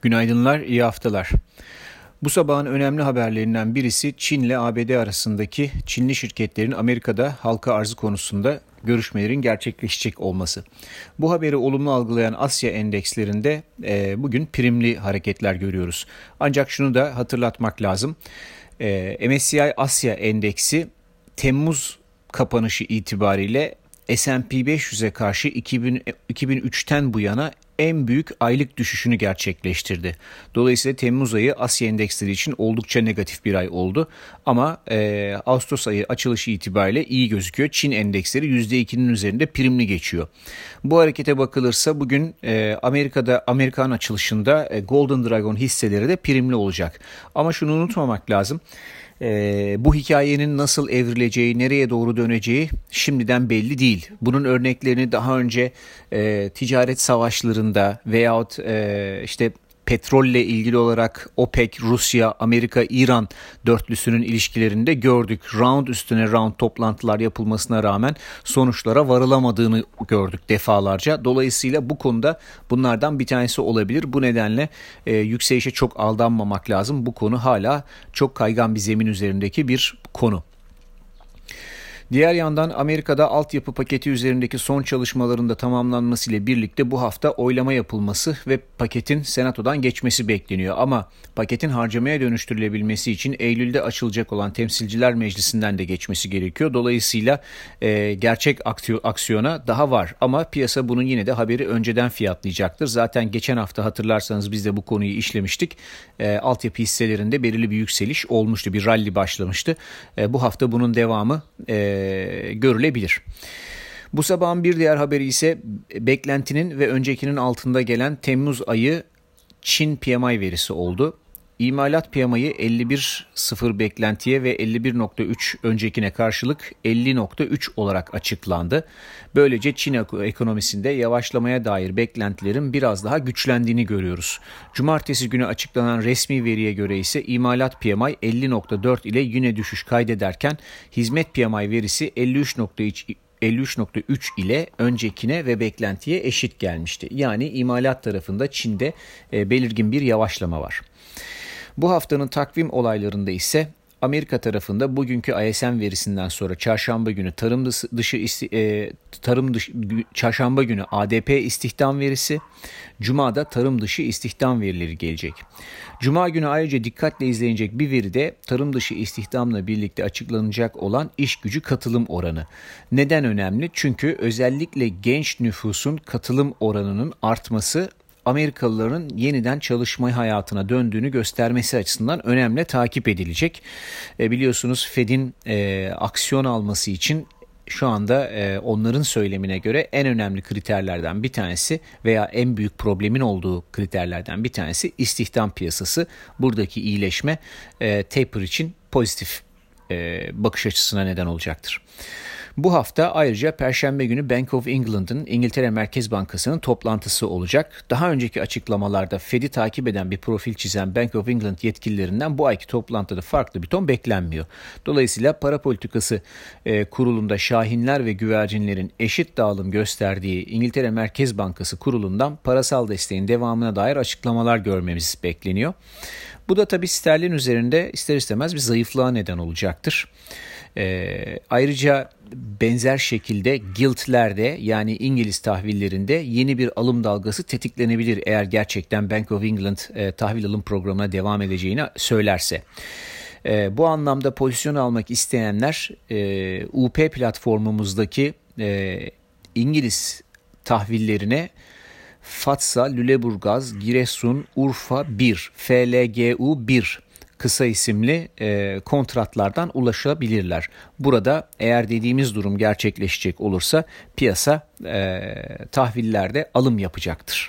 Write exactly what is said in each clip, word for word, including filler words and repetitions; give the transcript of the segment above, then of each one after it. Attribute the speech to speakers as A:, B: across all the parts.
A: Günaydınlar, iyi haftalar. Bu sabahın önemli haberlerinden birisi Çin ile A B D arasındaki Çinli şirketlerin Amerika'da halka arzı konusunda görüşmelerin gerçekleşecek olması. Bu haberi olumlu algılayan Asya endekslerinde e, bugün primli hareketler görüyoruz. Ancak şunu da hatırlatmak lazım. E, M S C I Asya endeksi Temmuz kapanışı itibariyle S and P beş yüze karşı iki bin üçten bu yana en büyük aylık düşüşünü gerçekleştirdi. Dolayısıyla Temmuz ayı Asya endeksleri için oldukça negatif bir ay oldu. Ama e, Ağustos ayı açılışı itibariyle iyi gözüküyor. Çin endeksleri yüzde ikinin üzerinde primli geçiyor. Bu harekete bakılırsa bugün e, Amerika'da Amerikan açılışında e, Golden Dragon hisseleri de primli olacak. Ama şunu unutmamak lazım. Ee, bu hikayenin nasıl evrileceği, nereye doğru döneceği şimdiden belli değil. Bunun örneklerini daha önce e, ticaret savaşlarında veyahut e, işte petrolle ilgili olarak OPEC, Rusya, Amerika, İran dörtlüsünün ilişkilerinde gördük. Round üstüne round toplantılar yapılmasına rağmen sonuçlara varılamadığını gördük defalarca. Dolayısıyla bu konuda bunlardan bir tanesi olabilir. Bu nedenle e, yükselişe çok aldanmamak lazım. Bu konu hala çok kaygan bir zemin üzerindeki bir konu. Diğer yandan Amerika'da altyapı paketi üzerindeki son çalışmaların da tamamlanmasıyla birlikte bu hafta oylama yapılması ve paketin Senato'dan geçmesi bekleniyor. Ama paketin harcamaya dönüştürülebilmesi için Eylül'de açılacak olan Temsilciler Meclisi'nden de geçmesi gerekiyor. Dolayısıyla e, gerçek aksiyona daha var ama piyasa bunun yine de haberi önceden fiyatlayacaktır. Zaten geçen hafta hatırlarsanız biz de bu konuyu işlemiştik. E, altyapı hisselerinde belirli bir yükseliş olmuştu, bir rally başlamıştı. E, bu hafta bunun devamı e, görülebilir. Bu sabahın bir diğer haberi ise beklentinin ve öncekinin altında gelen Temmuz ayı Çin P M I verisi oldu. İmalat P M I'yi elli bir nokta sıfır beklentiye ve elli bir nokta üç öncekine karşılık elli nokta üç olarak açıklandı. Böylece Çin ekonomisinde yavaşlamaya dair beklentilerin biraz daha güçlendiğini görüyoruz. Cumartesi günü açıklanan resmi veriye göre ise imalat P M I elli nokta dört ile yine düşüş kaydederken hizmet P M I verisi elli üç nokta üç ile öncekine ve beklentiye eşit gelmişti. Yani imalat tarafında Çin'de e, belirgin bir yavaşlama var. Bu haftanın takvim olaylarında ise Amerika tarafında bugünkü I S M verisinden sonra çarşamba günü tarım dışı e, tarım dışı çarşamba günü A D P istihdam verisi, Cuma'da tarım dışı istihdam verileri gelecek. Cuma günü ayrıca dikkatle izlenecek bir veri de tarım dışı istihdamla birlikte açıklanacak olan iş gücü katılım oranı. Neden önemli? Çünkü özellikle genç nüfusun katılım oranının artması Amerikalıların yeniden çalışma hayatına döndüğünü göstermesi açısından önemli takip edilecek. E, biliyorsunuz Fed'in e, aksiyon alması için şu anda e, onların söylemine göre en önemli kriterlerden bir tanesi veya en büyük problemin olduğu kriterlerden bir tanesi istihdam piyasası. Buradaki iyileşme e, taper için pozitif e, bakış açısına neden olacaktır. Bu hafta ayrıca Perşembe günü Bank of England'ın İngiltere Merkez Bankası'nın toplantısı olacak. Daha önceki açıklamalarda Fed'i takip eden bir profil çizen Bank of England yetkililerinden bu ayki toplantıda farklı bir ton beklenmiyor. Dolayısıyla para politikası e, kurulunda şahinler ve güvercinlerin eşit dağılım gösterdiği İngiltere Merkez Bankası kurulundan parasal desteğin devamına dair açıklamalar görmemiz bekleniyor. Bu da tabii sterlin üzerinde ister istemez bir zayıflığa neden olacaktır. Ee, ayrıca benzer şekilde giltlerde yani İngiliz tahvillerinde yeni bir alım dalgası tetiklenebilir eğer gerçekten Bank of England e, tahvil alım programına devam edeceğini söylerse. E, bu anlamda pozisyon almak isteyenler e, U P platformumuzdaki e, İngiliz tahvillerine Fatsa, Lüleburgaz, Giresun, Urfa bir, F L G U bir kısa isimli e, kontratlardan ulaşabilirler. Burada eğer dediğimiz durum gerçekleşecek olursa piyasa e, tahvillerde alım yapacaktır.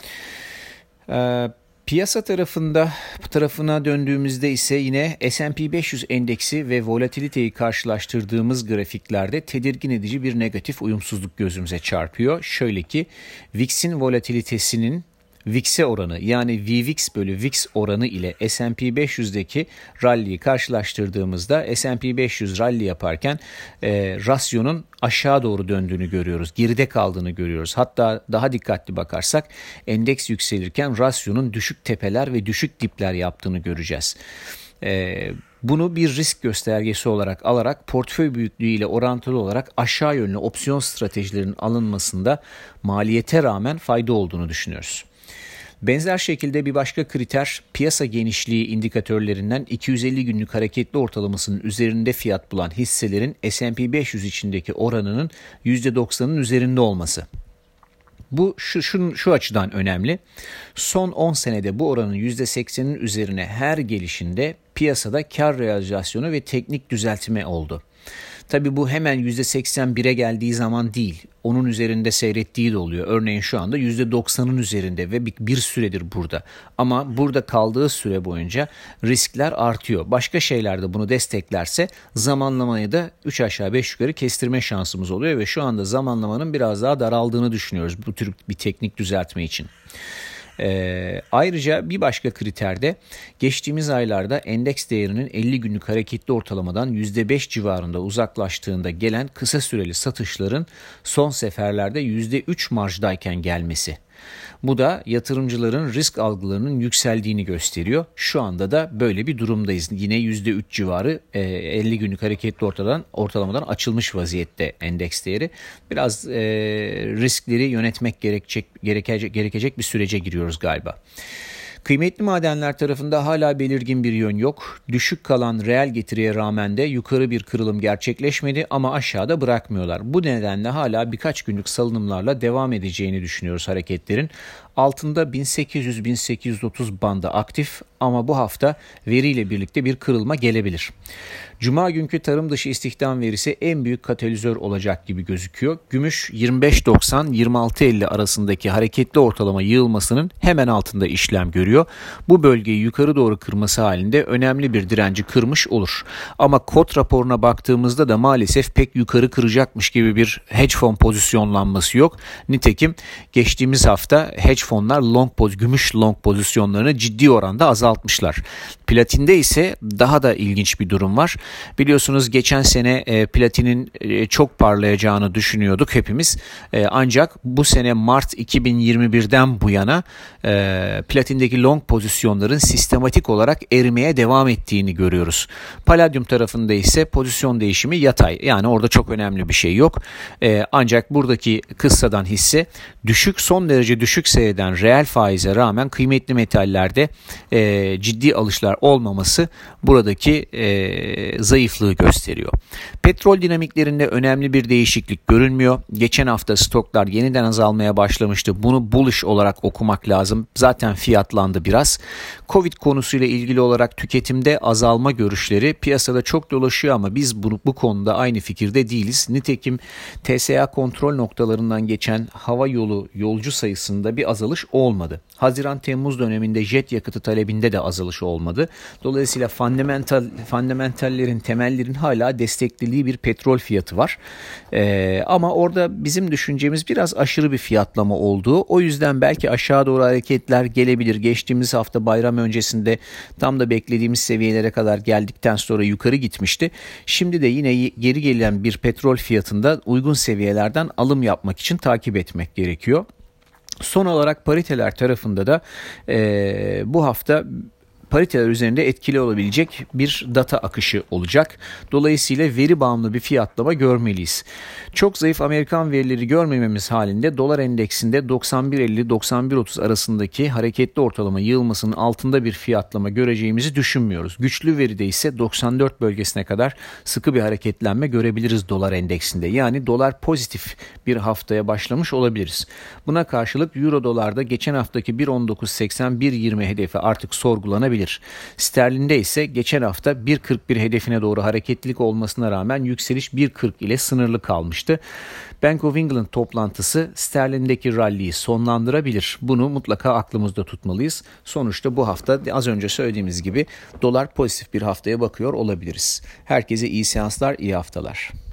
A: E, Piyasa tarafında tarafına döndüğümüzde ise yine S and P beş yüz endeksi ve volatiliteyi karşılaştırdığımız grafiklerde tedirgin edici bir negatif uyumsuzluk gözümüze çarpıyor. Şöyle ki V I X'in volatilitesinin V I X'e oranı yani V I X bölü V I X oranı ile S and P beş yüzdeki rally'yi karşılaştırdığımızda S and P beş yüz rally yaparken e, rasyonun aşağı doğru döndüğünü görüyoruz. Geride kaldığını görüyoruz. Hatta daha dikkatli bakarsak endeks yükselirken rasyonun düşük tepeler ve düşük dipler yaptığını göreceğiz. Ee, bunu bir risk göstergesi olarak alarak portföy büyüklüğü ile orantılı olarak aşağı yönlü opsiyon stratejilerinin alınmasında maliyete rağmen fayda olduğunu düşünüyoruz. Benzer şekilde bir başka kriter piyasa genişliği indikatörlerinden iki yüz elli günlük hareketli ortalamasının üzerinde fiyat bulan hisselerin S and P beş yüz içindeki oranının yüzde doksanın üzerinde olması. Bu şu, şu, şu açıdan önemli. Son on senede bu oranın yüzde seksenin üzerine her gelişinde piyasada kar realizasyonu ve teknik düzeltme oldu. Tabii bu hemen yüzde seksen bire geldiği zaman değil, onun üzerinde seyrettiği de oluyor. Örneğin şu anda yüzde doksanın üzerinde ve bir, bir süredir burada. Ama burada kaldığı süre boyunca riskler artıyor. Başka şeyler de bunu desteklerse zamanlamayı da üç aşağı beş yukarı kestirme şansımız oluyor ve şu anda zamanlamanın biraz daha daraldığını düşünüyoruz bu tür bir teknik düzeltme için. Ee, ayrıca bir başka kriterde geçtiğimiz aylarda endeks değerinin elli günlük hareketli ortalamadan yüzde beş civarında uzaklaştığında gelen kısa süreli satışların son seferlerde yüzde üç marjdayken gelmesi. Bu da yatırımcıların risk algılarının yükseldiğini gösteriyor. Şu anda da böyle bir durumdayız. Yine yüzde üç civarı elli günlük hareketli ortadan, ortalamadan açılmış vaziyette endeks değeri. Biraz e, riskleri yönetmek gerekecek, gerekecek, gerekecek bir sürece giriyoruz galiba. Kıymetli madenler tarafında hala belirgin bir yön yok. Düşük kalan reel getiriye rağmen de yukarı bir kırılım gerçekleşmedi ama aşağıda bırakmıyorlar. Bu nedenle hala birkaç günlük salınımlarla devam edeceğini düşünüyoruz hareketlerin. Altında bin sekiz yüz bin sekiz yüz otuz bandı aktif ama bu hafta veriyle birlikte bir kırılma gelebilir. Cuma günkü tarım dışı istihdam verisi en büyük katalizör olacak gibi gözüküyor. Gümüş yirmi beş doksan yirmi altı elli arasındaki hareketli ortalama yığılmasının hemen altında işlem görüyor. Bu bölgeyi yukarı doğru kırması halinde önemli bir direnci kırmış olur. Ama kod raporuna baktığımızda da maalesef pek yukarı kıracakmış gibi bir hedge fon pozisyonlanması yok. Nitekim geçtiğimiz hafta hedge fonlar long poz, gümüş long pozisyonlarını ciddi oranda azaltmışlar. Platinde ise daha da ilginç bir durum var. Biliyorsunuz geçen sene e, platinin e, çok parlayacağını düşünüyorduk hepimiz. E, ancak bu sene Mart iki bin yirmi birden bu yana e, platindeki long pozisyonların sistematik olarak erimeye devam ettiğini görüyoruz. Palladium tarafında ise pozisyon değişimi yatay. Yani orada çok önemli bir şey yok. E, ancak buradaki kıssadan hisse düşük, son derece düşük seyreden reel faize rağmen kıymetli metallerde e, ciddi alışlar olmaması buradaki e, zayıflığı gösteriyor. Petrol dinamiklerinde önemli bir değişiklik görünmüyor. Geçen hafta stoklar yeniden azalmaya başlamıştı. Bunu bullish olarak okumak lazım. Zaten fiyatlandı biraz. Covid konusuyla ilgili olarak tüketimde azalma görüşleri piyasada çok dolaşıyor ama biz bu, bu konuda aynı fikirde değiliz. Nitekim T S A kontrol noktalarından geçen hava yolu yolcu sayısında bir azalış olmadı. Haziran-Temmuz döneminde jet yakıtı talebinde de azalış olmadı. Dolayısıyla fundamental, fundamentallerin, temellerin hala desteklediği bir petrol fiyatı var. Ee, ama orada bizim düşüncemiz biraz aşırı bir fiyatlama olduğu. O yüzden belki aşağı doğru hareketler gelebilir. Geçtiğimiz hafta bayram öncesinde tam da beklediğimiz seviyelere kadar geldikten sonra yukarı gitmişti. Şimdi de yine geri gelen bir petrol fiyatında uygun seviyelerden alım yapmak için takip etmek gerekiyor. Son olarak pariteler tarafında da e, bu hafta pariteler üzerinde etkili olabilecek bir data akışı olacak. Dolayısıyla veri bağımlı bir fiyatlama görmeliyiz. Çok zayıf Amerikan verileri görmememiz halinde dolar endeksinde doksan bir elli doksan bir otuz arasındaki hareketli ortalama yığılmasının altında bir fiyatlama göreceğimizi düşünmüyoruz. Güçlü veride ise doksan dört bölgesine kadar sıkı bir hareketlenme görebiliriz dolar endeksinde. Yani dolar pozitif bir haftaya başlamış olabiliriz. Buna karşılık euro dolarda geçen haftaki bir on dokuz seksen bir yirmi hedefi artık sorgulanabilir. Sterlinde ise geçen hafta bir kırk bir hedefine doğru hareketlilik olmasına rağmen yükseliş bir kırk ile sınırlı kalmıştı. Bank of England toplantısı sterlindeki ralliyi sonlandırabilir. Bunu mutlaka aklımızda tutmalıyız. Sonuçta bu hafta az önce söylediğimiz gibi dolar pozitif bir haftaya bakıyor olabiliriz. Herkese iyi seanslar, iyi haftalar.